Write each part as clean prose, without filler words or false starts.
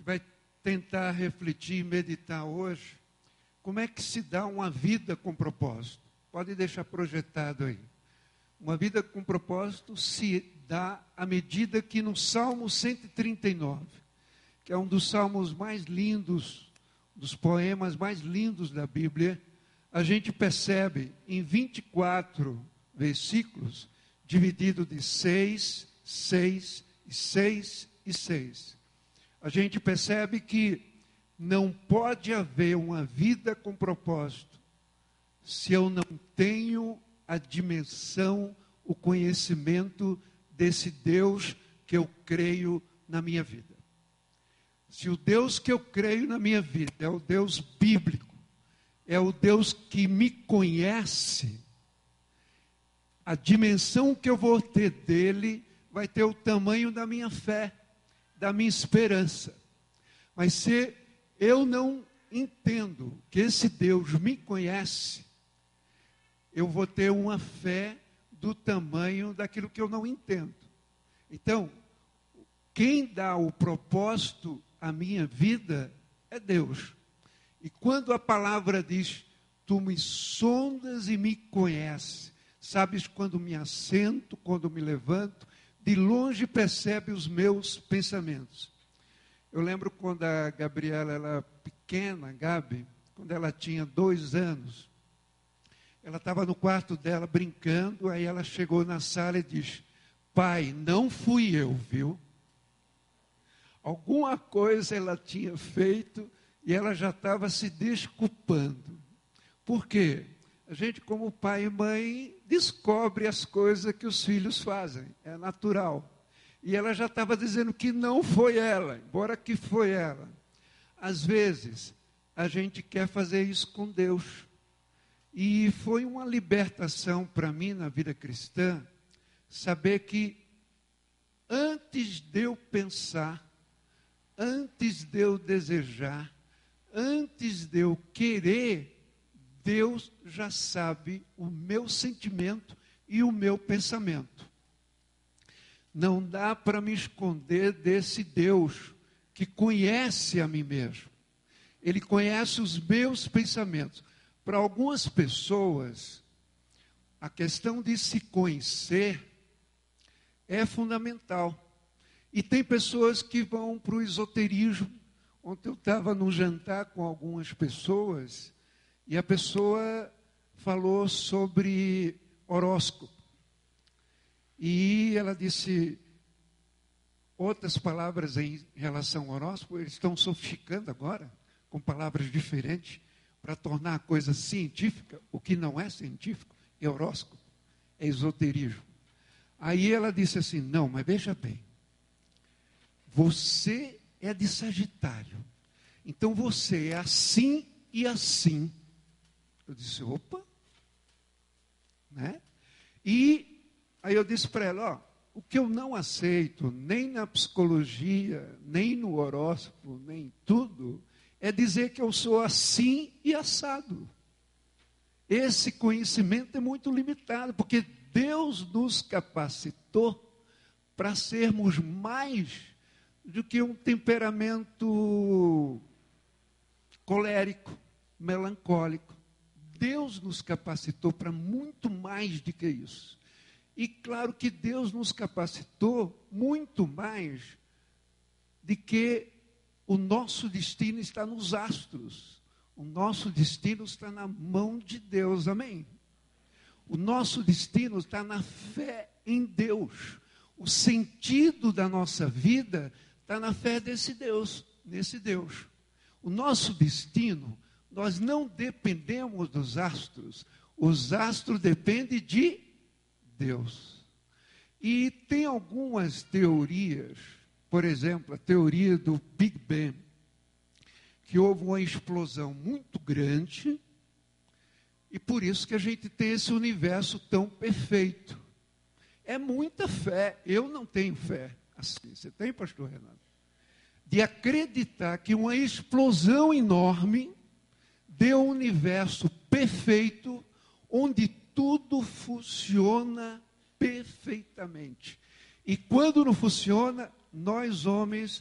vai tentar refletir e meditar hoje como é que se dá uma vida com propósito. Pode deixar projetado aí. Uma vida com propósito se dá à medida que no Salmo 139, que é um dos salmos mais lindos, dos poemas mais lindos da Bíblia, a gente percebe em 24 versículos, dividido de 6, 6 e 6 e 6. A gente percebe que não pode haver uma vida com propósito se eu não tenho a dimensão, o conhecimento desse Deus que eu creio na minha vida. Se o Deus que eu creio na minha vida é o Deus bíblico, é o Deus que me conhece, a dimensão que eu vou ter dele vai ter o tamanho da minha fé, da minha esperança. Mas se eu não entendo que esse Deus me conhece, eu vou ter uma fé do tamanho daquilo que eu não entendo. Então, quem dá o propósito à minha vida é Deus. E quando a palavra diz, tu me sondas e me conheces, sabes quando me assento, quando me levanto, de longe percebe os meus pensamentos. Eu lembro quando a Gabriela era pequena, Gabi, quando ela tinha 2 anos, ela estava no quarto dela brincando, aí ela chegou na sala e disse, pai, não fui eu, viu? Alguma coisa ela tinha feito e ela já estava se desculpando. Por quê? A gente, como pai e mãe, descobre as coisas que os filhos fazem, é natural. E ela já estava dizendo que não foi ela, embora que foi ela. Às vezes, a gente quer fazer isso com Deus. E foi uma libertação para mim na vida cristã, saber que antes de eu pensar, antes de eu desejar, antes de eu querer, Deus já sabe o meu sentimento e o meu pensamento. Não dá para me esconder desse Deus que conhece a mim mesmo. Ele conhece os meus pensamentos. Para algumas pessoas, a questão de se conhecer é fundamental. E tem pessoas que vão para o esoterismo. Ontem eu estava num jantar com algumas pessoas e a pessoa falou sobre horóscopo. E ela disse outras palavras em relação ao horóscopo. Eles estão sofisticando agora, com palavras diferentes, para tornar a coisa científica, o que não é científico, é horóscopo, é esoterismo. Aí ela disse assim, não, mas veja bem, você é de Sagitário, então você é assim e assim. Eu disse, opa, né? E aí eu disse para ela, ó, o que eu não aceito, nem na psicologia, nem no horóscopo, nem tudo, é dizer que eu sou assim e assado. Esse conhecimento é muito limitado, porque Deus nos capacitou para sermos mais do que um temperamento colérico, melancólico. Deus nos capacitou para muito mais do que isso. E claro que Deus nos capacitou muito mais de que o nosso destino está nos astros. O nosso destino está na mão de Deus, amém? O nosso destino está na fé em Deus. O sentido da nossa vida está na fé desse Deus, nesse Deus. O nosso destino, nós não dependemos dos astros. Os astros dependem de Deus. E tem algumas teorias, por exemplo, a teoria do Big Bang, que houve uma explosão muito grande, e por isso que a gente tem esse universo tão perfeito. É muita fé, eu não tenho fé assim. Você tem, pastor Renato? De acreditar que uma explosão enorme deu um universo perfeito, onde tudo funciona perfeitamente. E quando não funciona, nós homens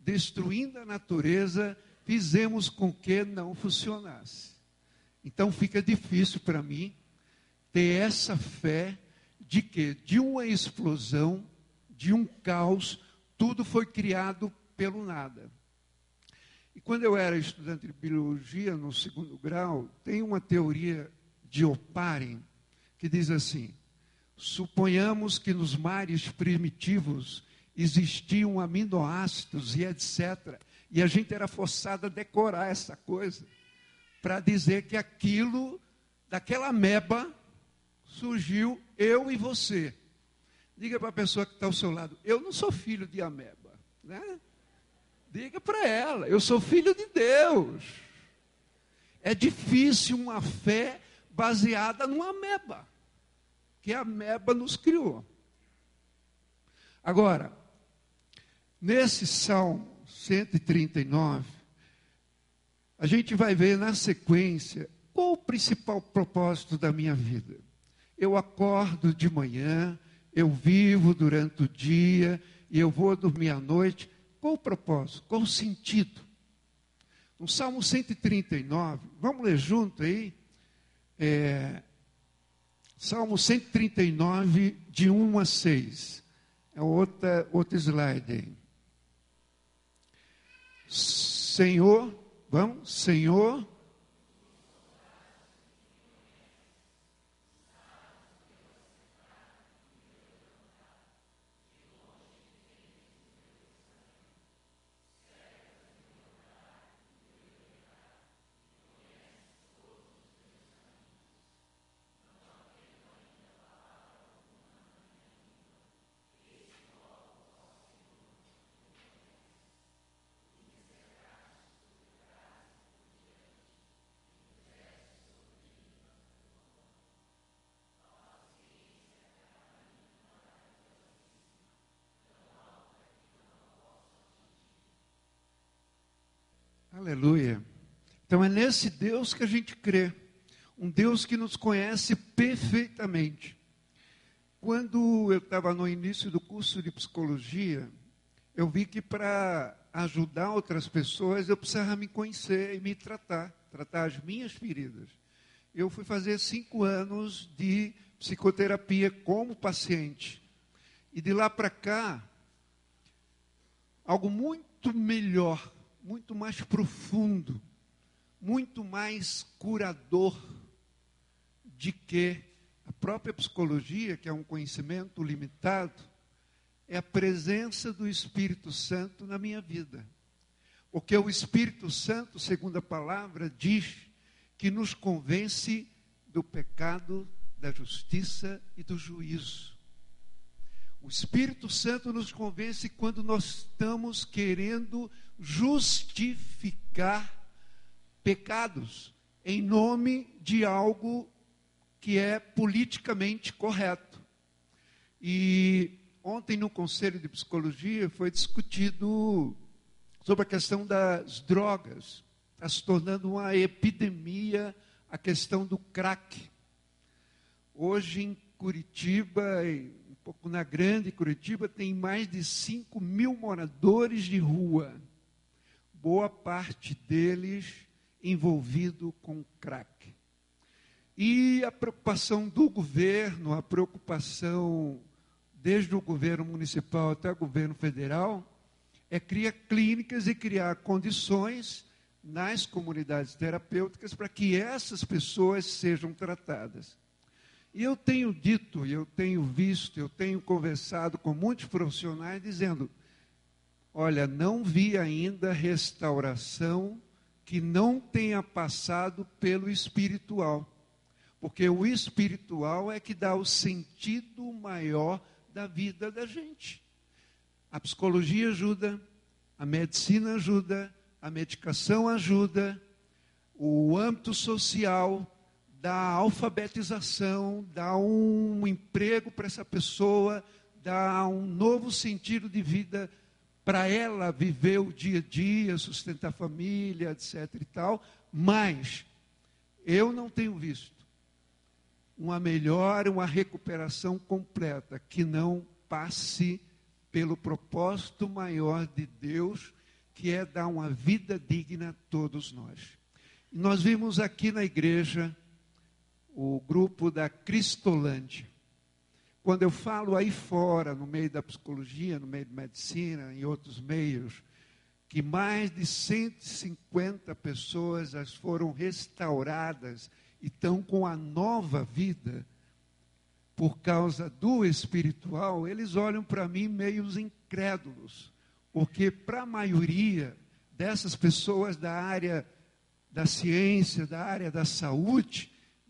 destruindo a natureza, fizemos com que não funcionasse. Então fica difícil para mim ter essa fé de que de uma explosão, de um caos, tudo foi criado pelo nada. E quando eu era estudante de biologia, no 2º grau, tem uma teoria de Oparin, que diz assim: suponhamos que nos mares primitivos existiam aminoácidos e etc. E a gente era forçado a decorar essa coisa, para dizer que aquilo, daquela ameba, surgiu eu e você. Diga para a pessoa que está ao seu lado: eu não sou filho de ameba, né? Diga para ela: eu sou filho de Deus. É difícil uma fé baseada numa ameba, que a ameba nos criou. Agora, nesse Salmo 139, a gente vai ver na sequência qual o principal propósito da minha vida. Eu acordo de manhã, eu vivo durante o dia e eu vou dormir à noite. Qual o propósito? Qual o sentido? No Salmo 139, vamos ler junto aí? Salmo 139, de 1 a 6. É outro slide aí. Senhor, vamos? Senhor, aleluia. Então é nesse Deus que a gente crê, um Deus que nos conhece perfeitamente. Quando eu estava no início do curso de psicologia, eu vi que para ajudar outras pessoas eu precisava me conhecer e me tratar as minhas feridas. Eu fui fazer 5 anos de psicoterapia como paciente. E de lá para cá, algo muito melhor, muito mais profundo, muito mais curador de que a própria psicologia, que é um conhecimento limitado, é a presença do Espírito Santo na minha vida. Porque o Espírito Santo, segundo a palavra, diz que nos convence do pecado, da justiça e do juízo. O Espírito Santo nos convence quando nós estamos querendo justificar pecados em nome de algo que é politicamente correto. E ontem no Conselho de Psicologia foi discutido sobre a questão das drogas. Está se tornando uma epidemia a questão do crack. Hoje em Curitiba, um pouco na grande Curitiba, tem mais de 5 mil moradores de rua. Boa parte deles envolvido com crack. E a preocupação do governo, a preocupação desde o governo municipal até o governo federal, é criar clínicas e criar condições nas comunidades terapêuticas para que essas pessoas sejam tratadas. E eu tenho dito, eu tenho visto, eu tenho conversado com muitos profissionais dizendo: olha, não vi ainda restauração que não tenha passado pelo espiritual. Porque o espiritual é que dá o sentido maior da vida da gente. A psicologia ajuda, a medicina ajuda, a medicação ajuda, o âmbito social dá alfabetização, dá um emprego para essa pessoa, dá um novo sentido de vida para ela viver o dia a dia, sustentar a família, etc. e tal. Mas eu não tenho visto uma melhora, uma recuperação completa, que não passe pelo propósito maior de Deus, que é dar uma vida digna a todos nós. E nós vimos aqui na igreja o grupo da Cristolândia. Quando eu falo aí fora, no meio da psicologia, no meio da medicina, em outros meios, que mais de 150 pessoas as foram restauradas e estão com a nova vida por causa do espiritual, eles olham para mim meio incrédulos, porque para a maioria dessas pessoas da área da ciência, da área da saúde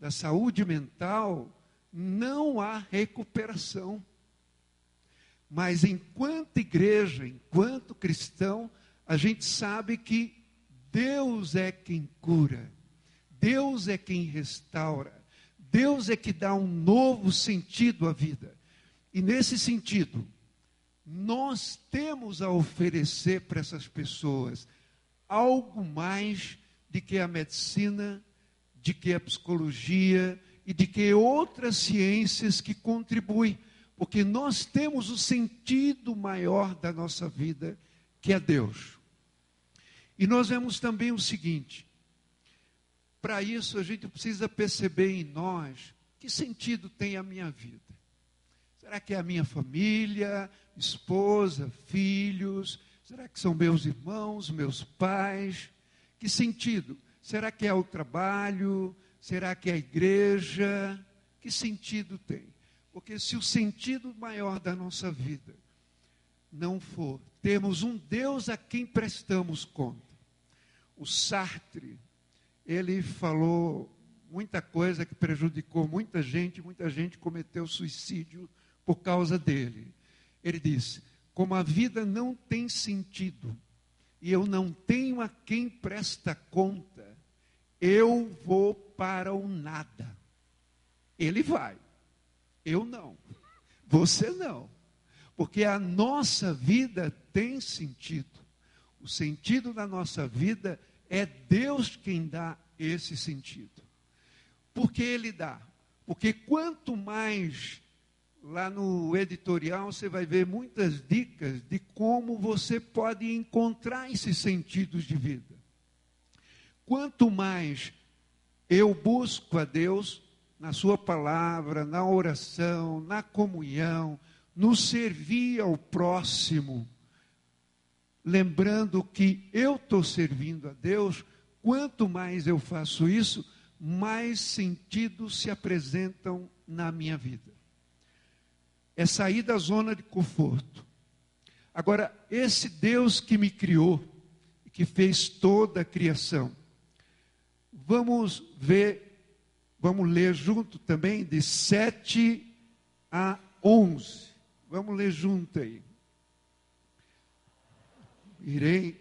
mental, não há recuperação. Mas enquanto igreja, enquanto cristão, a gente sabe que Deus é quem cura, Deus é quem restaura, Deus é que dá um novo sentido à vida. E nesse sentido, nós temos a oferecer para essas pessoas algo mais de que a medicina, de que a psicologia e de que outras ciências que contribuem, porque nós temos o sentido maior da nossa vida, que é Deus. E nós vemos também o seguinte: para isso a gente precisa perceber em nós que sentido tem a minha vida. Será que é a minha família, esposa, filhos? Será que são meus irmãos, meus pais? Que sentido? Será que é o trabalho? Será que é a igreja? Que sentido tem? Porque se o sentido maior da nossa vida não for termos um Deus a quem prestamos conta. O Sartre, ele falou muita coisa que prejudicou muita gente cometeu suicídio por causa dele. Ele disse: como a vida não tem sentido, e eu não tenho a quem presta conta, eu vou para o nada. Ele vai, eu não, você não. Porque a nossa vida tem sentido. O sentido da nossa vida é Deus quem dá esse sentido. Por que Ele dá? Porque quanto mais, lá no editorial você vai ver muitas dicas de como você pode encontrar esses sentidos de vida. Quanto mais eu busco a Deus na sua palavra, na oração, na comunhão, no servir ao próximo, lembrando que eu estou servindo a Deus, quanto mais eu faço isso, mais sentidos se apresentam na minha vida. É sair da zona de conforto. Agora, esse Deus que me criou, que fez toda a criação, vamos ler junto também de 7 a 11. Vamos ler junto aí. Irei.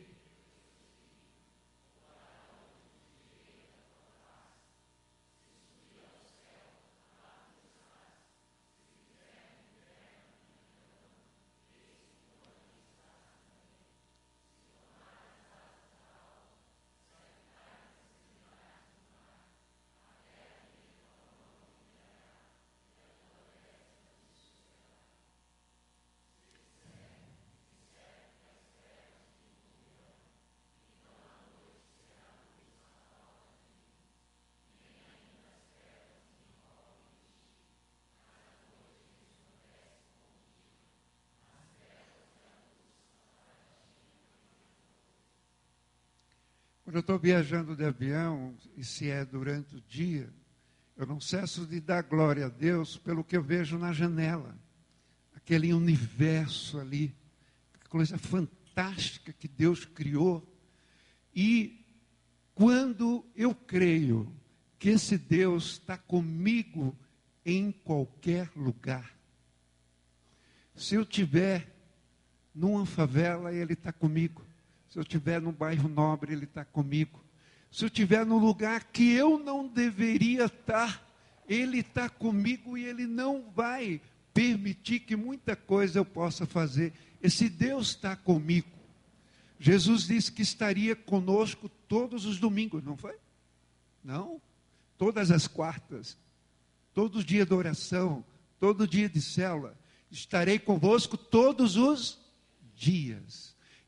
Quando eu estou viajando de avião, e se é durante o dia, eu não cesso de dar glória a Deus pelo que eu vejo na janela. Aquele universo ali, coisa fantástica que Deus criou. E quando eu creio que esse Deus está comigo em qualquer lugar, se eu estiver numa favela, Ele está comigo. Se eu estiver num bairro nobre, Ele está comigo. Se eu estiver num lugar que eu não deveria estar, Ele está comigo e Ele não vai permitir que muita coisa eu possa fazer. Esse Deus está comigo. Jesus disse que estaria conosco todos os domingos, não foi? Não. Todas as quartas, todo os dias de oração, todo dia de célula. Estarei convosco todos os dias.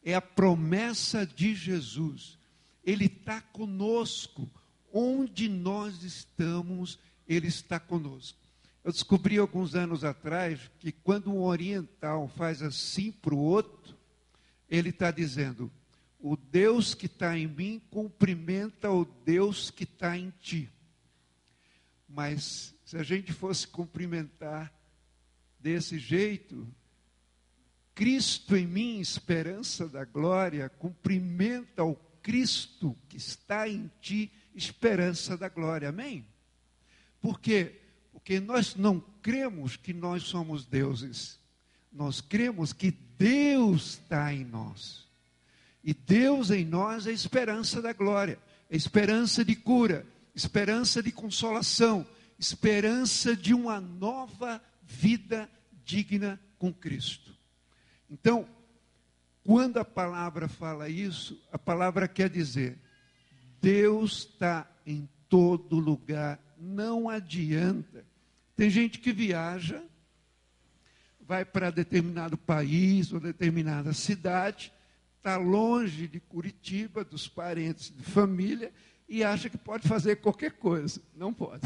é a promessa de Jesus. Ele está conosco. Onde nós estamos, Ele está conosco. Eu descobri alguns anos atrás que quando um oriental faz assim para o outro, ele está dizendo: o Deus que está em mim cumprimenta o Deus que está em ti. Mas se a gente fosse cumprimentar desse jeito, Cristo em mim, esperança da glória, cumprimenta o Cristo que está em ti, esperança da glória. Amém? Por quê? Porque nós não cremos que nós somos deuses. Nós cremos que Deus está em nós. E Deus em nós é esperança da glória, é esperança de cura, esperança de consolação, esperança de uma nova vida digna com Cristo. Então, quando a palavra fala isso, a palavra quer dizer: Deus está em todo lugar, não adianta. Tem gente que viaja, vai para determinado país ou determinada cidade, está longe de Curitiba, dos parentes, de família, e acha que pode fazer qualquer coisa. Não pode.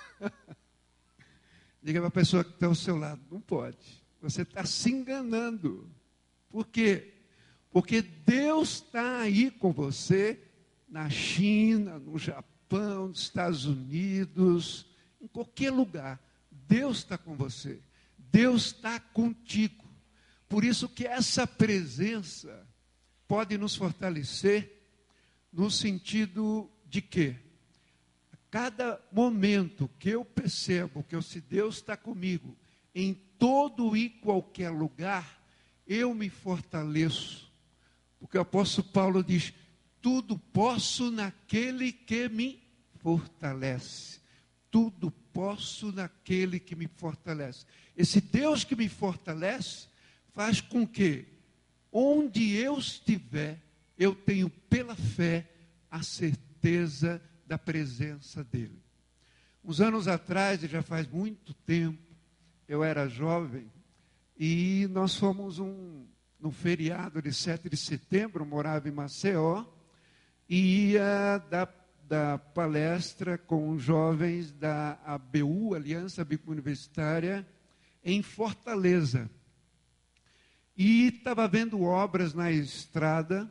Diga para a pessoa que está ao seu lado: não pode. Você está se enganando. Por quê? Porque Deus está aí com você, na China, no Japão, nos Estados Unidos, em qualquer lugar. Deus está com você. Deus está contigo. Por isso que essa presença pode nos fortalecer no sentido de que a cada momento que eu percebo que se Deus está comigo, em todo e qualquer lugar, eu me fortaleço. Porque o apóstolo Paulo diz: tudo posso naquele que me fortalece. Tudo posso naquele que me fortalece. Esse Deus que me fortalece faz com que, onde eu estiver, eu tenho pela fé a certeza da presença dEle. Uns anos atrás, e já faz muito tempo, eu era jovem, e nós fomos num feriado de 7 de setembro, morava em Maceió, e ia da palestra com jovens da ABU, Aliança Bíblica Universitária, em Fortaleza. E estava havendo obras na estrada,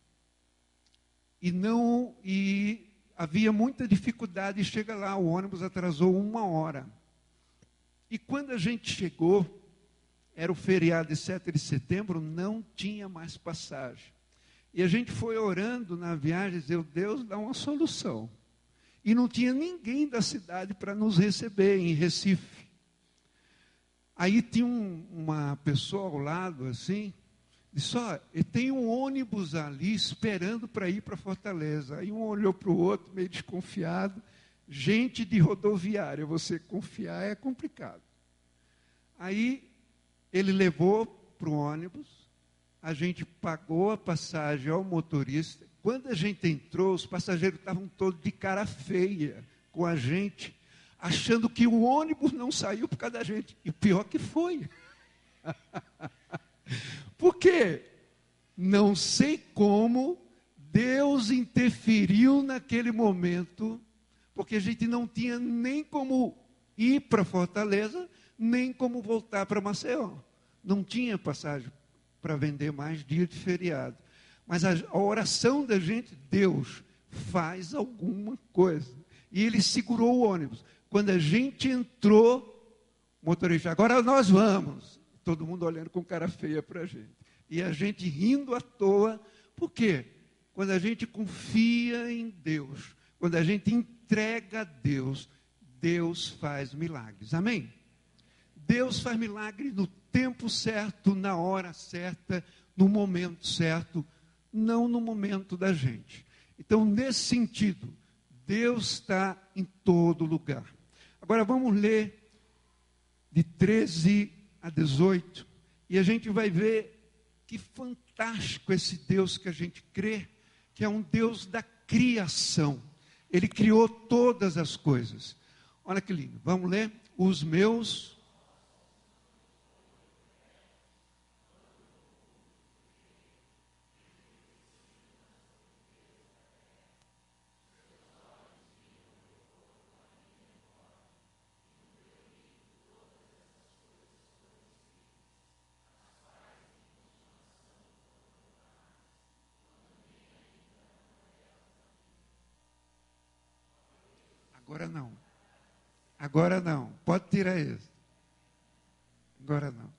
e havia muita dificuldade de chegar lá. O ônibus atrasou 1 hora. E quando a gente chegou, era o feriado de 7 de setembro, não tinha mais passagem. E a gente foi orando na viagem, dizendo: Deus, dá uma solução. E não tinha ninguém da cidade para nos receber em Recife. Aí tinha uma pessoa ao lado, assim, disse: tem um ônibus ali esperando para ir para Fortaleza. Aí um olhou para o outro, meio desconfiado. Gente de rodoviária, você confiar é complicado. Aí ele levou para o ônibus, a gente pagou a passagem ao motorista. Quando a gente entrou, os passageiros estavam todos de cara feia com a gente, achando que o ônibus não saiu por causa da gente. E pior que foi. Por quê? Não sei como Deus interferiu naquele momento, porque a gente não tinha nem como ir para Fortaleza, nem como voltar para Maceió. Não tinha passagem para vender mais dia de feriado. Mas a oração da gente: Deus, faz alguma coisa. E ele segurou o ônibus. Quando a gente entrou, o motorista: agora nós vamos. Todo mundo olhando com cara feia para a gente. E a gente rindo à toa. Por quê? Quando a gente confia em Deus, quando a gente entrega a Deus, Deus faz milagres. Amém? Deus faz milagres no tempo certo, na hora certa, no momento certo, não no momento da gente. Então, nesse sentido, Deus está em todo lugar. Agora vamos ler de 13 a 18, e a gente vai ver que fantástico esse Deus que a gente crê, que é um Deus da criação. Ele criou todas as coisas. Olha que lindo. Vamos ler? Os meus agora não. Agora não. Pode tirar esse. Agora não.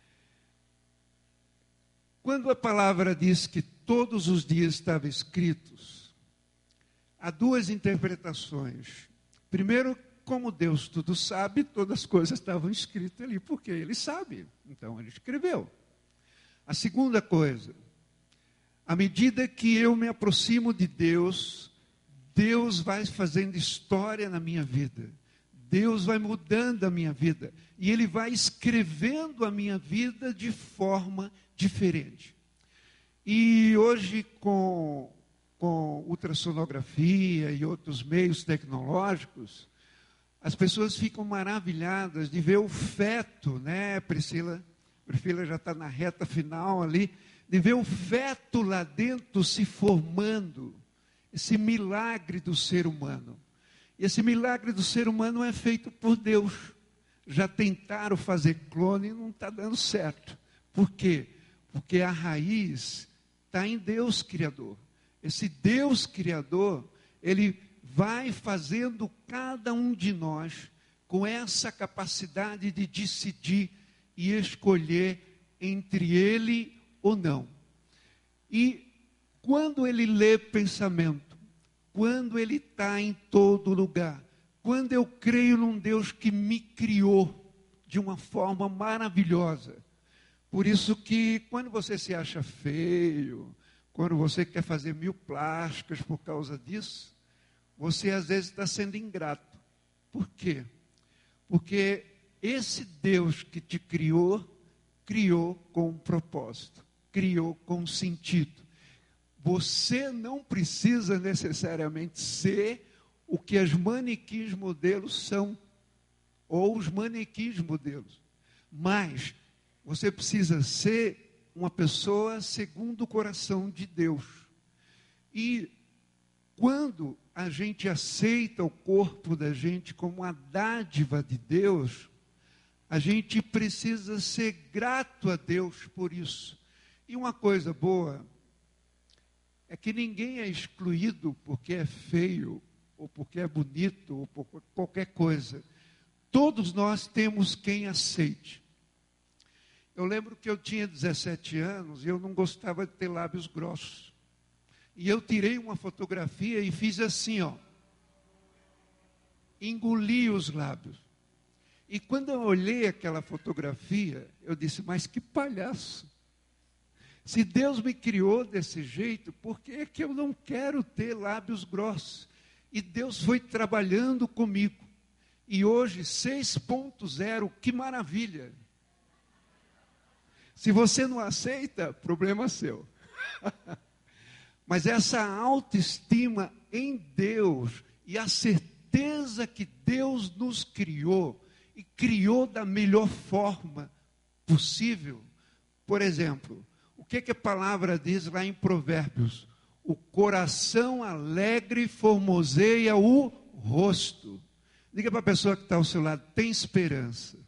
Quando a palavra diz que todos os dias estavam escritos, há duas interpretações. Primeiro, como Deus tudo sabe, todas as coisas estavam escritas ali, porque Ele sabe. Então, Ele escreveu. A segunda coisa, à medida que eu me aproximo de Deus, Deus vai fazendo história na minha vida. Deus vai mudando a minha vida. E Ele vai escrevendo a minha vida de forma diferente. E hoje, com ultrassonografia e outros meios tecnológicos, as pessoas ficam maravilhadas de ver o feto, né, Priscila? Priscila já está na reta final ali, de ver o feto lá dentro se formando, esse milagre do ser humano. E esse milagre do ser humano é feito por Deus. Já tentaram fazer clone e não está dando certo. Por quê? Porque a raiz está em Deus Criador. Esse Deus Criador, Ele vai fazendo cada um de nós com essa capacidade de decidir e escolher entre Ele ou não. E quando Ele lê pensamento, quando Ele está em todo lugar, quando eu creio num Deus que me criou de uma forma maravilhosa, por isso que quando você se acha feio, quando você quer fazer 1000 plásticas por causa disso, você às vezes está sendo ingrato. Por quê? Porque esse Deus que te criou, criou com um propósito, criou com um sentido. Você não precisa necessariamente ser o que as manequins modelos são, ou os manequins modelos, mas você precisa ser uma pessoa segundo o coração de Deus. E quando a gente aceita o corpo da gente como uma dádiva de Deus, a gente precisa ser grato a Deus por isso. E uma coisa boa é que ninguém é excluído porque é feio, ou porque é bonito, ou por qualquer coisa. Todos nós temos quem aceite. Eu lembro que eu tinha 17 anos e eu não gostava de ter lábios grossos. E eu tirei uma fotografia e fiz assim, ó. Engoli os lábios. E quando eu olhei aquela fotografia, eu disse, mas que palhaço. Se Deus me criou desse jeito, por que é que eu não quero ter lábios grossos? E Deus foi trabalhando comigo. E hoje, 6.0, que maravilha. Se você não aceita, problema seu. Mas essa autoestima em Deus e a certeza que Deus nos criou, e criou da melhor forma possível. Por exemplo, o que a palavra diz lá em Provérbios? O coração alegre formoseia o rosto. Diga para a pessoa que está ao seu lado, tem esperança.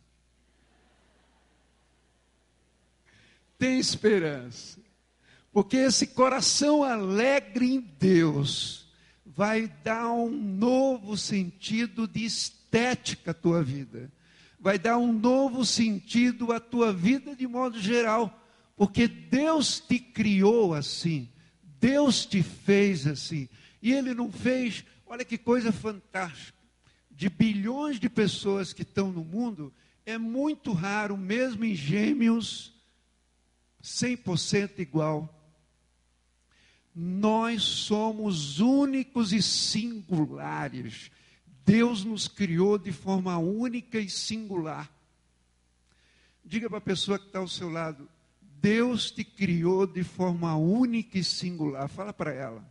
Tem esperança. Porque esse coração alegre em Deus vai dar um novo sentido de estética à tua vida. Vai dar um novo sentido à tua vida de modo geral. Porque Deus te criou assim. Deus te fez assim. E Ele não fez, olha que coisa fantástica. De bilhões de pessoas que estão no mundo, é muito raro, mesmo em gêmeos, 100% igual. Nós somos únicos e singulares. Deus nos criou de forma única e singular. Diga para a pessoa que está ao seu lado, Deus te criou de forma única e singular. Fala para ela.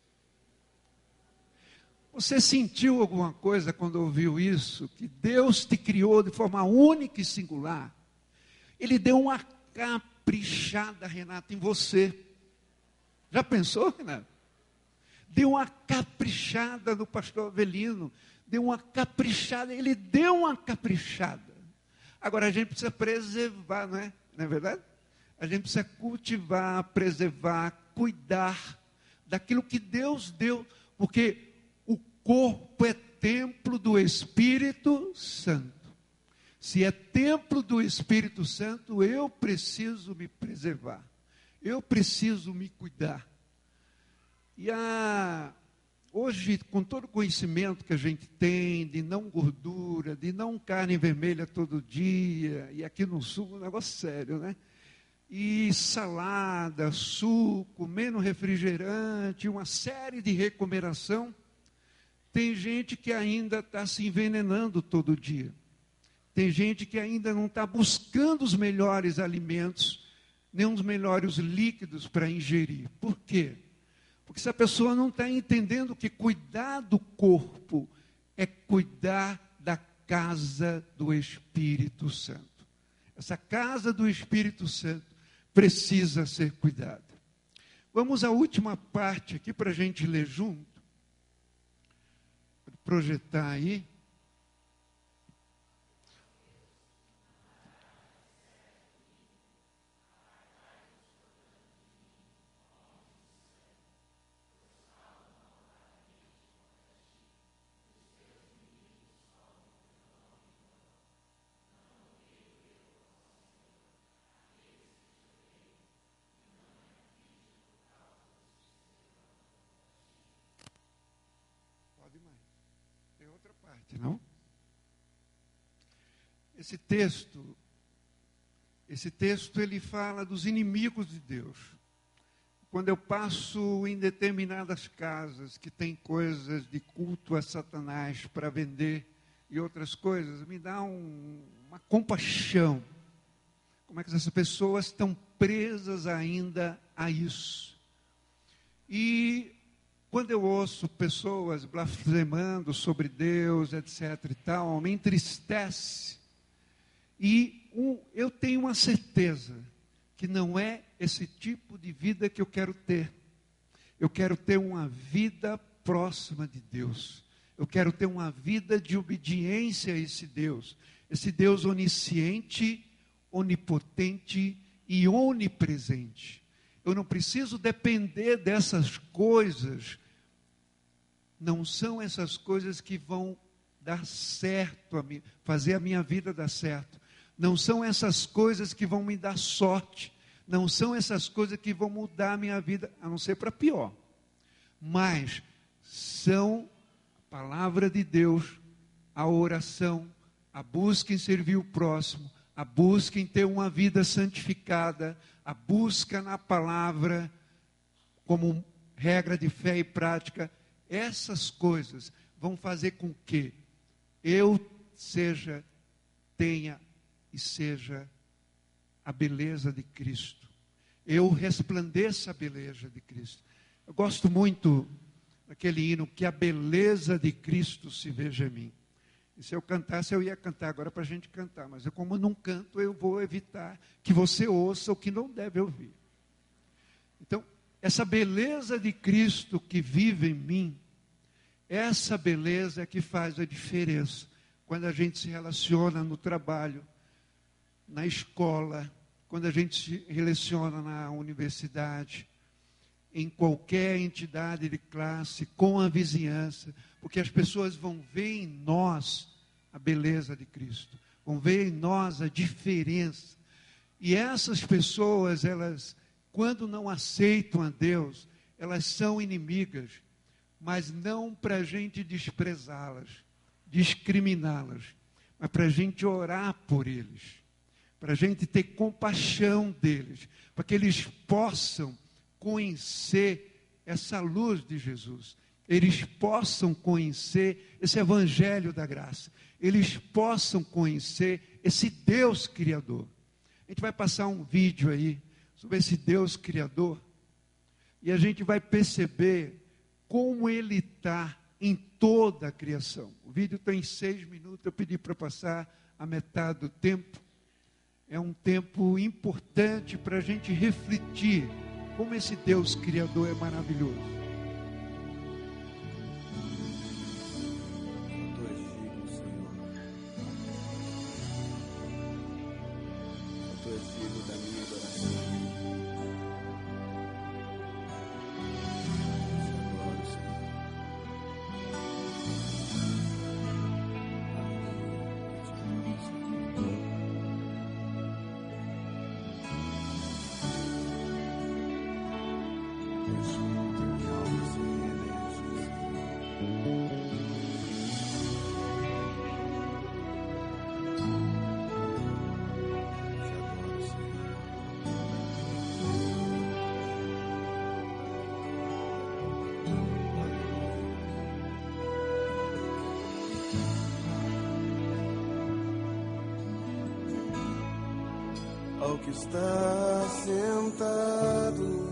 Você sentiu alguma coisa quando ouviu isso? Que Deus te criou de forma única e singular? Ele deu uma caprichada, Renato, em você. Já pensou, Renato? Deu uma caprichada no pastor Avelino. Deu uma caprichada. Ele deu uma caprichada. Agora a gente precisa preservar, não é? Não é verdade? A gente precisa cultivar, preservar, cuidar daquilo que Deus deu. Porque o corpo é templo do Espírito Santo. Se é templo do Espírito Santo, eu preciso me preservar. Eu preciso me cuidar. E hoje, com todo o conhecimento que a gente tem de não gordura, de não carne vermelha todo dia, e aqui no sul é um negócio sério, né? E salada, suco, menos refrigerante, uma série de recomendação. Tem gente que ainda está se envenenando todo dia. Tem gente que ainda não está buscando os melhores alimentos, nem os melhores líquidos para ingerir. Por quê? Porque se a pessoa não está entendendo que cuidar do corpo é cuidar da casa do Espírito Santo. Essa casa do Espírito Santo precisa ser cuidada. Vamos à última parte aqui para a gente ler junto. Vou projetar aí. Tem outra parte, não? Esse texto ele fala dos inimigos de Deus. Quando eu passo em determinadas casas que tem coisas de culto a Satanás para vender e outras coisas, me dá uma compaixão. Como é que essas pessoas estão presas ainda a isso? E quando eu ouço pessoas blasfemando sobre Deus, etc. e tal, me entristece. E eu tenho uma certeza que não é esse tipo de vida que eu quero ter. Eu quero ter uma vida próxima de Deus. Eu quero ter uma vida de obediência a esse Deus onisciente, onipotente e onipresente. Eu não preciso depender dessas coisas. Não são essas coisas que vão dar certo a mim, fazer a minha vida dar certo. Não são essas coisas que vão me dar sorte. Não são essas coisas que vão mudar a minha vida, a não ser para pior. Mas são a palavra de Deus, a oração, a busca em servir o próximo, a busca em ter uma vida santificada, a busca na palavra como regra de fé e prática. Essas coisas vão fazer com que eu tenha e seja a beleza de Cristo. Eu resplandeça a beleza de Cristo. Eu gosto muito daquele hino, que a beleza de Cristo se veja em mim. E se eu cantasse, eu ia cantar agora para a gente cantar. Mas como eu não canto, eu vou evitar que você ouça o que não deve ouvir. Então, essa beleza de Cristo que vive em mim, essa beleza é que faz a diferença. Quando a gente se relaciona no trabalho, na escola, quando a gente se relaciona na universidade, em qualquer entidade de classe, com a vizinhança, porque as pessoas vão ver em nós a beleza de Cristo, vão ver em nós a diferença. E essas pessoas, elas, quando não aceitam a Deus, elas são inimigas, mas não para a gente desprezá-las, discriminá-las, mas para a gente orar por eles, para a gente ter compaixão deles, para que eles possam conhecer essa luz de Jesus, eles possam conhecer esse evangelho da graça, eles possam conhecer esse Deus Criador. A gente vai passar um vídeo aí sobre esse Deus Criador, e a gente vai perceber como Ele está em toda a criação. O vídeo tem 6 minutos, eu pedi para passar a metade do tempo. É um tempo importante para a gente refletir como esse Deus Criador é maravilhoso. Tu és digno, Senhor. Tu és digno da minha adoração. Te adoro, Senhor. que está sentado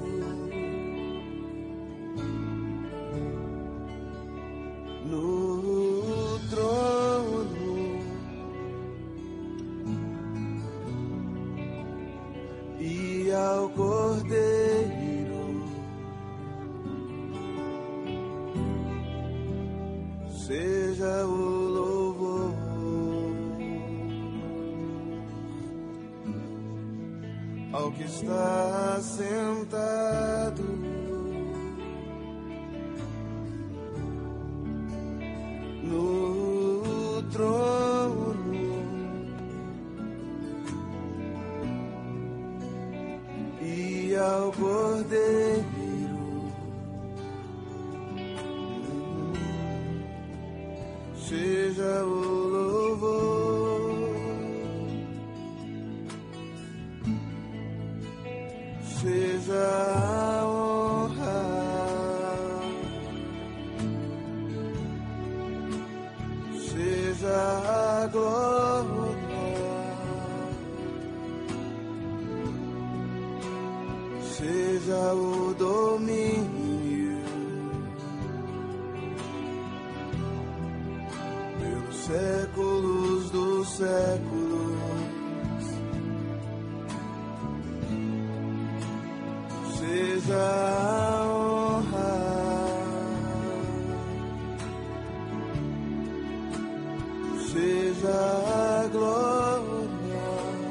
no trono e ao Cordeiro seja o louvor. Ao que está sentado no trono e ao Cordeiro seja o louvor, seja a honra, seja a glória, seja o domínio pelos séculos dos séculos. Seja a honra, seja a glória,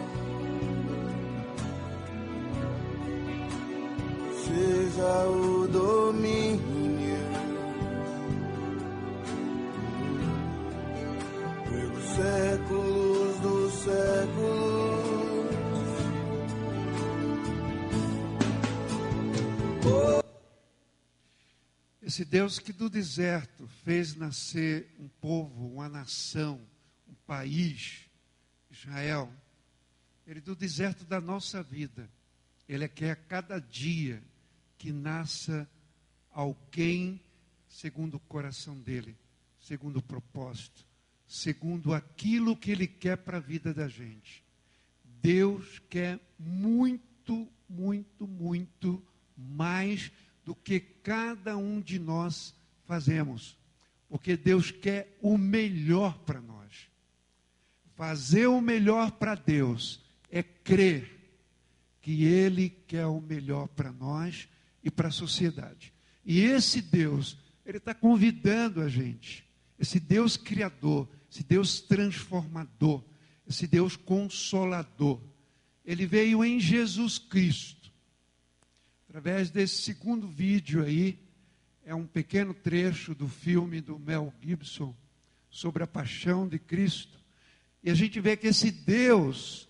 seja o domínio pelos séculos dos séculos. Esse Deus que do deserto fez nascer um povo, uma nação, um país, Israel, Ele do deserto da nossa vida, Ele quer a cada dia que nasça alguém segundo o coração dEle, segundo o propósito, segundo aquilo que Ele quer para a vida da gente. Deus quer muito, muito, muito mais do que cada um de nós fazemos, porque Deus quer o melhor para nós. Fazer o melhor para Deus é crer que Ele quer o melhor para nós e para a sociedade. E esse Deus, Ele está convidando a gente, esse Deus criador, esse Deus transformador, esse Deus consolador, Ele veio em Jesus Cristo. Através desse segundo vídeo aí, é um pequeno trecho do filme do Mel Gibson, sobre a paixão de Cristo. E a gente vê que esse Deus,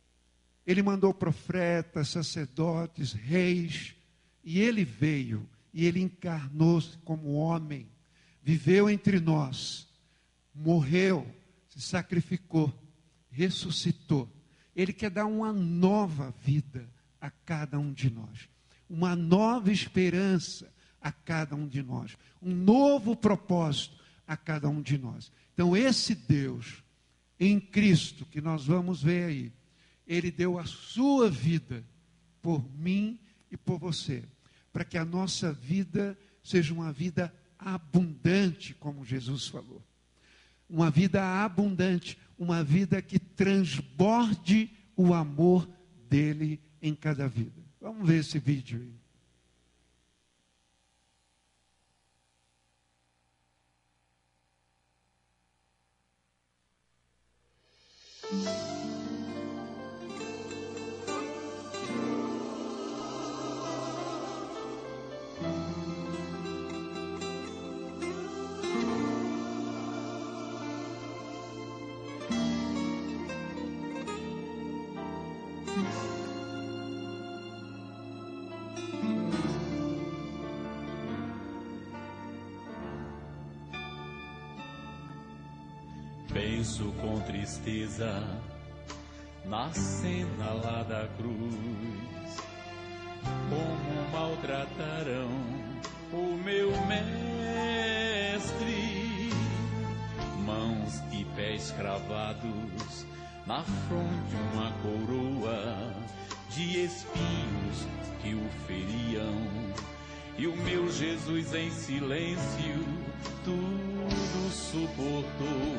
Ele mandou profetas, sacerdotes, reis, e Ele veio, e Ele encarnou-se como homem, viveu entre nós, morreu, se sacrificou, ressuscitou. Ele quer dar uma nova vida a cada um de nós. Uma nova esperança a cada um de nós, um novo propósito a cada um de nós. Então esse Deus, em Cristo, que nós vamos ver aí, Ele deu a sua vida por mim e por você, para que a nossa vida seja uma vida abundante, como Jesus falou. Uma vida abundante, uma vida que transborde o amor dEle em cada vida. Vamos ver esse vídeo aí. Penso com tristeza na cena lá da cruz, como maltratarão o meu mestre, mãos e pés cravados, na fronte uma coroa, de espinhos que o feriam. E o meu Jesus em silêncio tudo suportou.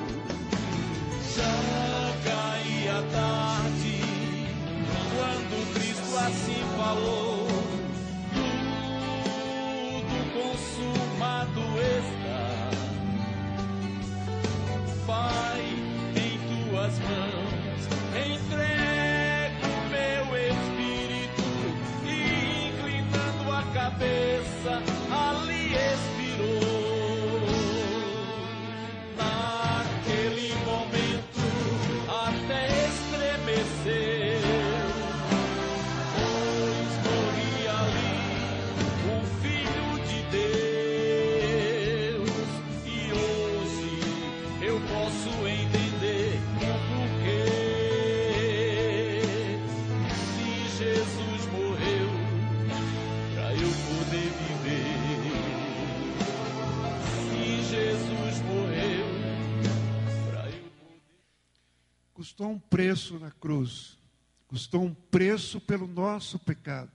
Já caía a tarde, quando Cristo assim falou: tudo consumado está. Pai, em tuas mãos entrego meu espírito, e inclinando a cabeça ali expirou. Naquele momento até estremeceu, pois morria ali o Filho de Deus. E hoje eu posso entender o porquê. Se Jesus morreu pra eu poder viver, se Jesus morreu pra eu poder... Custou um preço na cruz, custou um preço pelo nosso pecado.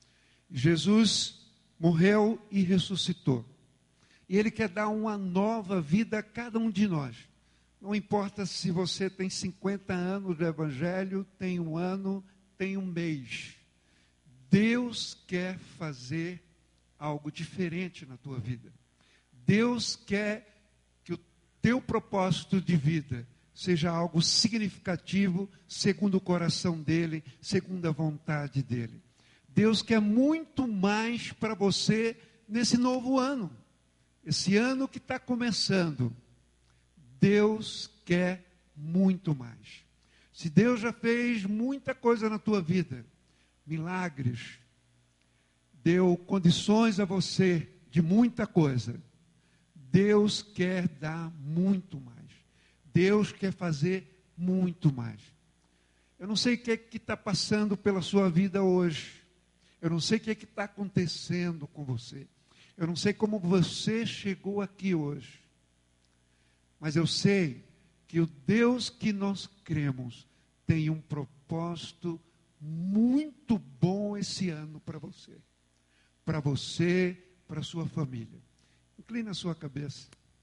Jesus morreu e ressuscitou. E Ele quer dar uma nova vida a cada um de nós. Não importa se você tem 50 anos do Evangelho, tem um ano, tem um mês. Deus quer fazer algo diferente na tua vida. Deus quer que o teu propósito de vida seja algo significativo, segundo o coração dEle, segundo a vontade dEle. Deus quer muito mais para você nesse novo ano. Esse ano que está começando, Deus quer muito mais. Se Deus já fez muita coisa na tua vida, milagres, deu condições a você de muita coisa, Deus quer dar muito mais. Deus quer fazer muito mais. Eu não sei o que está passando pela sua vida hoje. Eu não sei o que está acontecendo com você. Eu não sei como você chegou aqui hoje. Mas eu sei que o Deus que nós cremos tem um propósito muito bom esse ano para você. Para você, para a sua família. Inclina a sua cabeça.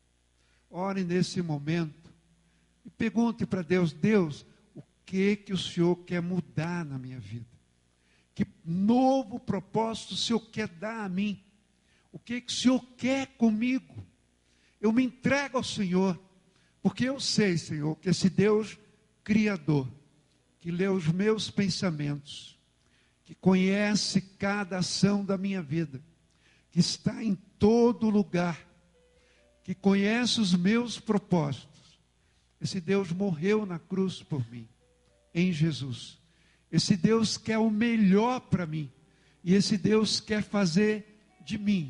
Ore nesse momento. E pergunte para Deus: Deus, o que o Senhor quer mudar na minha vida? Que novo propósito o Senhor quer dar a mim? O que o Senhor quer comigo? Eu me entrego ao Senhor, porque eu sei, Senhor, que esse Deus Criador, que lê os meus pensamentos, que conhece cada ação da minha vida, que está em todo lugar, que conhece os meus propósitos, esse Deus morreu na cruz por mim, em Jesus. Esse Deus quer o melhor para mim, e esse Deus quer fazer de mim,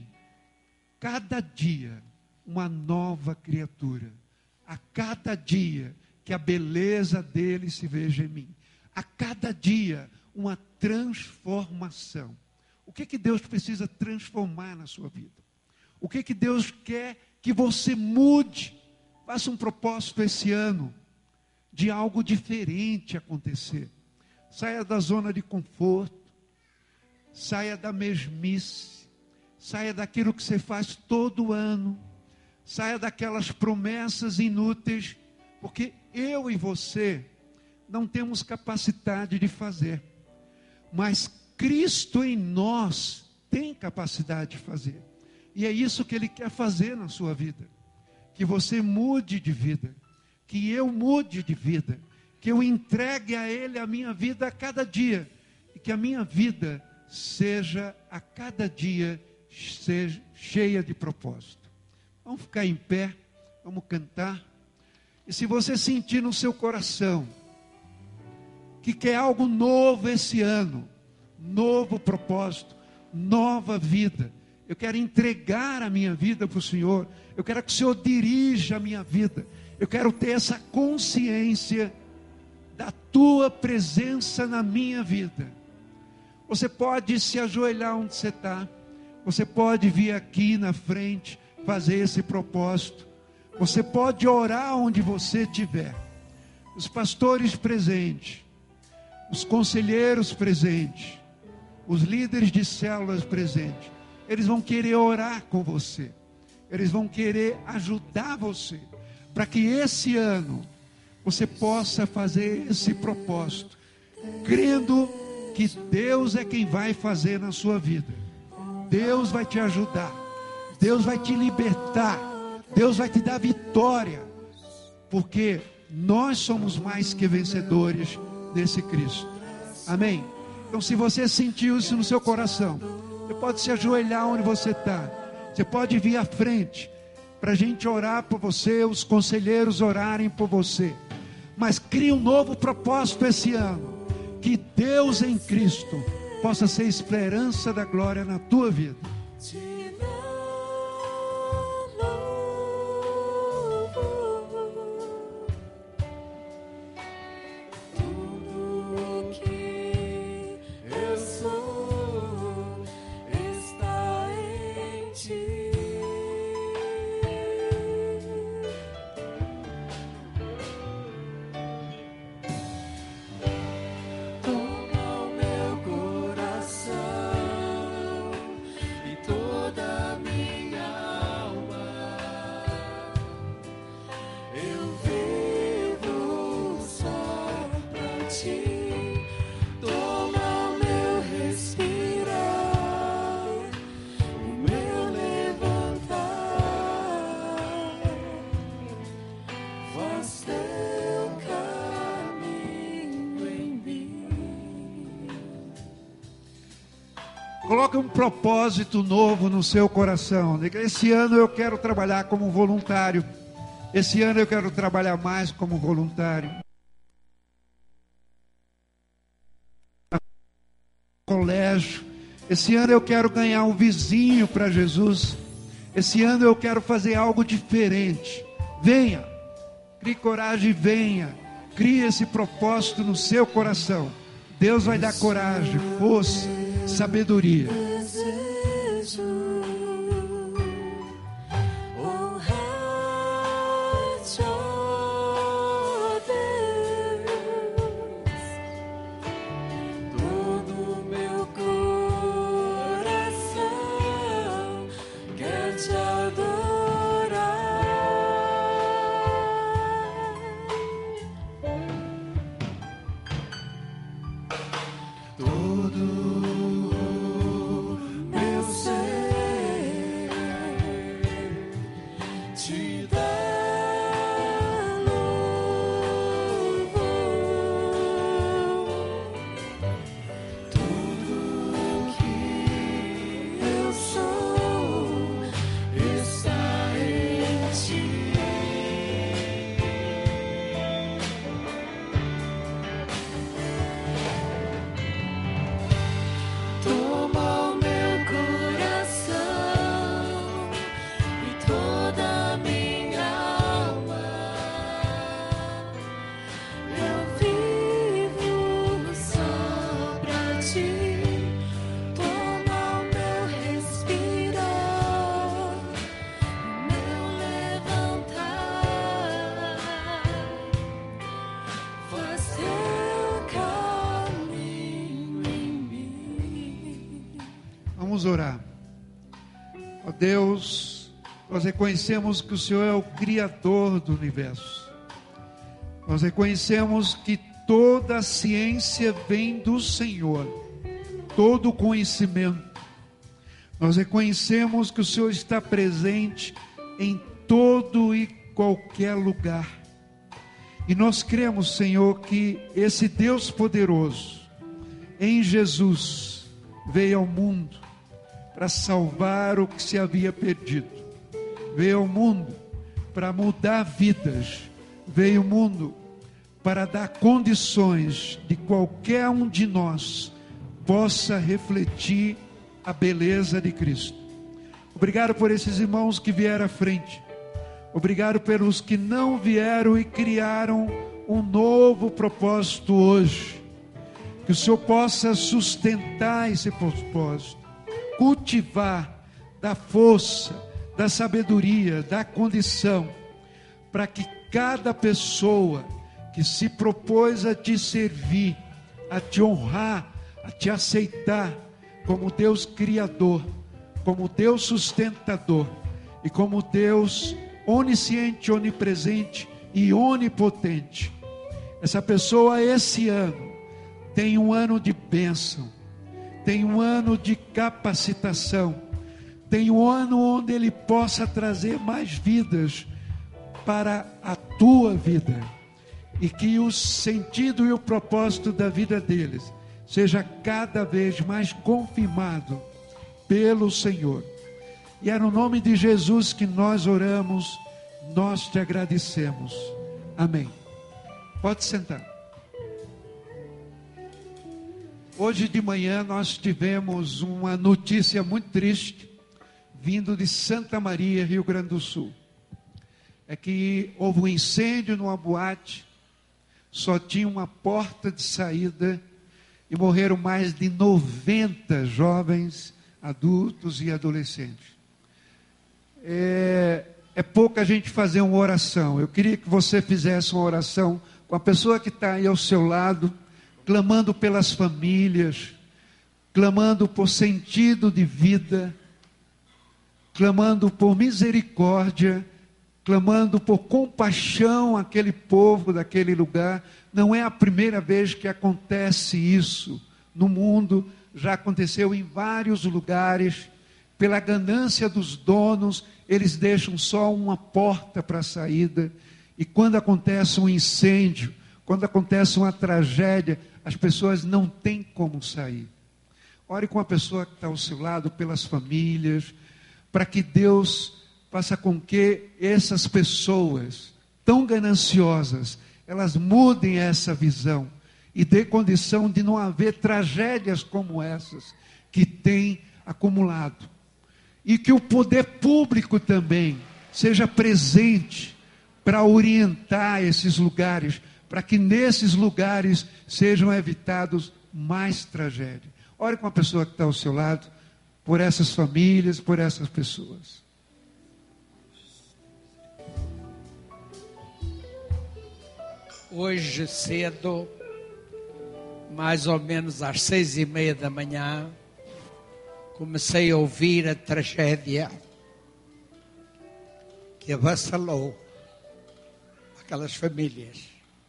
cada dia, uma nova criatura. A cada dia que a beleza dele se veja em mim. A cada dia uma transformação. O que Deus precisa transformar na sua vida? O que Deus quer que você mude? Faça um propósito esse ano de algo diferente acontecer. Saia da zona de conforto. Saia da mesmice. Saia daquilo que você faz todo ano. Saia daquelas promessas inúteis, porque eu e você não temos capacidade de fazer. Mas Cristo em nós tem capacidade de fazer. E é isso que Ele quer fazer na sua vida. Que você mude de vida. Que eu mude de vida. Que eu entregue a Ele a minha vida a cada dia. E que a minha vida seja a cada dia cheia de propósito. Vamos ficar em pé, vamos cantar. E se você sentir no seu coração que quer algo novo esse ano, novo propósito, nova vida, eu quero entregar a minha vida para o Senhor, eu quero que o Senhor dirija a minha vida, eu quero ter essa consciência da tua presença na minha vida. Você pode se ajoelhar onde você está, você pode vir aqui na frente, fazer esse propósito. Você pode orar onde você estiver. Os pastores presentes os conselheiros presentes, os líderes de células presentes, eles vão querer orar com você, eles vão querer ajudar você, para que esse ano você possa fazer esse propósito, crendo que Deus é quem vai fazer na sua vida. Deus vai te ajudar, Deus vai te libertar, Deus vai te dar vitória, porque nós somos mais que vencedores nesse Cristo. Amém? Então, se você sentiu isso no seu coração, você pode se ajoelhar onde você está, você pode vir à frente para a gente orar por você, os conselheiros orarem por você. Mas crie um novo propósito esse ano, que Deus em Cristo possa ser esperança da glória na tua vida. Coloque um propósito novo no seu coração. Esse ano eu quero trabalhar como voluntário. Esse ano eu quero trabalhar mais como voluntário. Colégio. Esse ano eu quero ganhar um vizinho para Jesus. Esse ano eu quero fazer algo diferente. Venha. Crie coragem e venha. Crie esse propósito no seu coração. Deus vai dar coragem, força, sabedoria. Vamos orar. Ó Deus, nós reconhecemos que o Senhor é o Criador do universo. Nós reconhecemos que toda a ciência vem do Senhor, todo o conhecimento. Nós reconhecemos que o Senhor está presente em todo e qualquer lugar. E nós cremos, Senhor, que esse Deus poderoso, em Jesus, veio ao mundo para salvar o que se havia perdido. Veio ao mundo para mudar vidas. Veio ao mundo para dar condições de qualquer um de nós possa refletir a beleza de Cristo. Obrigado por esses irmãos que vieram à frente. Obrigado pelos que não vieram e criaram um novo propósito hoje. Que o Senhor possa sustentar esse propósito, cultivar, dar força, dar sabedoria, dar condição, para que cada pessoa que se propôs a te servir, a te honrar, a te aceitar como Deus criador, como Deus sustentador e como Deus onisciente, onipresente e onipotente. Essa pessoa esse ano tem um ano de bênção, tem um ano de capacitação, tem um ano onde ele possa trazer mais vidas para a tua vida, e que o sentido e o propósito da vida deles seja cada vez mais confirmado pelo Senhor. E é no nome de Jesus que nós oramos, nós te agradecemos. Amém. Pode sentar. Hoje de manhã nós tivemos uma notícia muito triste, vindo de Santa Maria, Rio Grande do Sul. É que houve um incêndio numa boate, só tinha uma porta de saída e morreram mais de 90 jovens, adultos e adolescentes. É pouco a gente fazer uma oração. Eu queria que você fizesse uma oração com a pessoa que está aí ao seu lado, clamando pelas famílias, clamando por sentido de vida, clamando por misericórdia, clamando por compaixão àquele povo daquele lugar. Não é a primeira vez que acontece isso no mundo, já aconteceu em vários lugares. Pela ganância dos donos, eles deixam só uma porta para a saída, e quando acontece um incêndio, quando acontece uma tragédia, as pessoas não têm como sair. Ore com a pessoa que está ao seu lado, pelas famílias, para que Deus faça com que essas pessoas tão gananciosas, elas mudem essa visão e dê condição de não haver tragédias como essas que têm acumulado. E que o poder público também seja presente para orientar esses lugares, para que nesses lugares sejam evitados mais tragédias. Ore com a pessoa que está ao seu lado, por essas famílias, por essas pessoas. Hoje cedo, mais ou menos às 6:30 da manhã, comecei a ouvir a tragédia que avassalou aquelas famílias.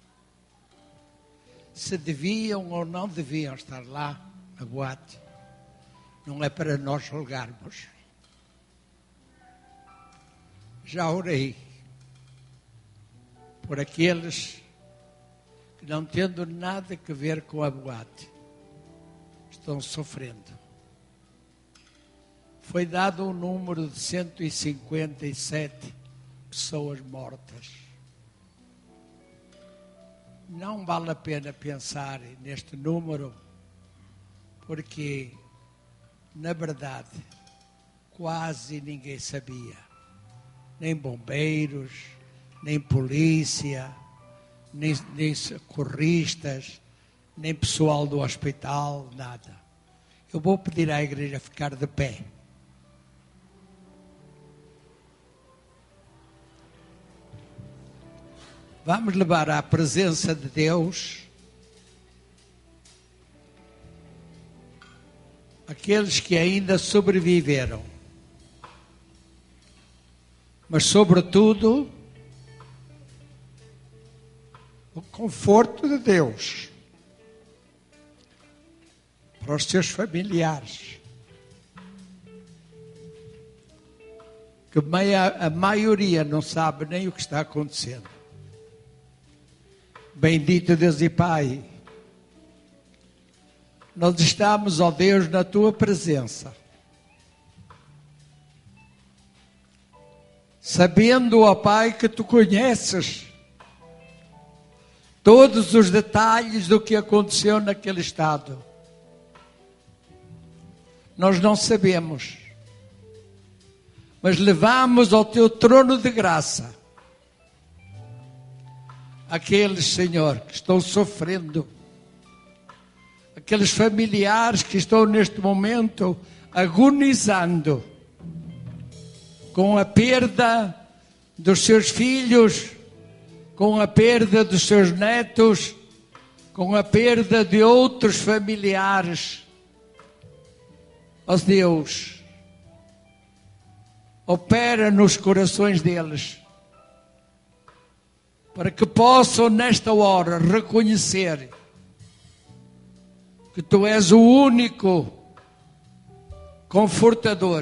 Se deviam ou não deviam estar lá na boate, não é para nós julgarmos. Já orei por aqueles que, não tendo nada a ver com a boate, estão sofrendo. Foi dado um número de 157 pessoas mortas. Não vale a pena pensar neste número, porque, na verdade, quase ninguém sabia. Nem bombeiros, nem polícia, nem socorristas, nem pessoal do hospital, nada. Eu vou pedir à igreja ficar de pé. Vamos levar à presença de Deus aqueles que ainda sobreviveram, mas sobretudo o conforto de Deus para os seus familiares, que a maioria não sabe nem o que está acontecendo. Bendito Deus e Pai, nós estamos, ó Deus, na Tua presença, sabendo, ó Pai, que Tu conheces todos os detalhes do que aconteceu naquele estado. Nós não sabemos, mas levamos ao Teu trono de graça aqueles, Senhor, que estão sofrendo, aqueles familiares que estão neste momento agonizando com a perda dos seus filhos, com a perda dos seus netos, com a perda de outros familiares. Ó Deus, opera nos corações deles, para que possam nesta hora reconhecer que Tu és o único confortador,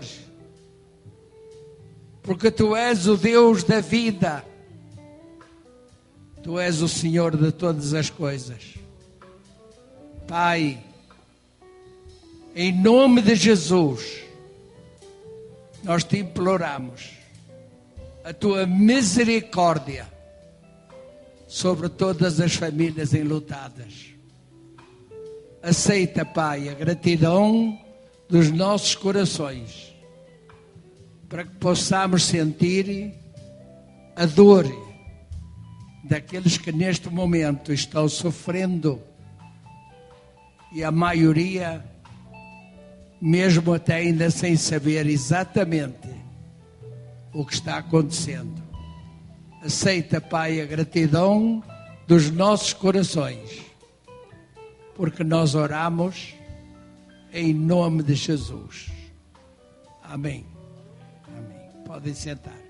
porque Tu és o Deus da vida, Tu és o Senhor de todas as coisas. Pai, em nome de Jesus, nós Te imploramos a Tua misericórdia sobre todas as famílias enlutadas. Aceita, Pai, a gratidão dos nossos corações, para que possamos sentir a dor daqueles que neste momento estão sofrendo, e a maioria, mesmo até ainda sem saber exatamente o que está acontecendo. Aceita, Pai, a gratidão dos nossos corações, porque nós oramos em nome de Jesus. Amém. Amém. Podem sentar.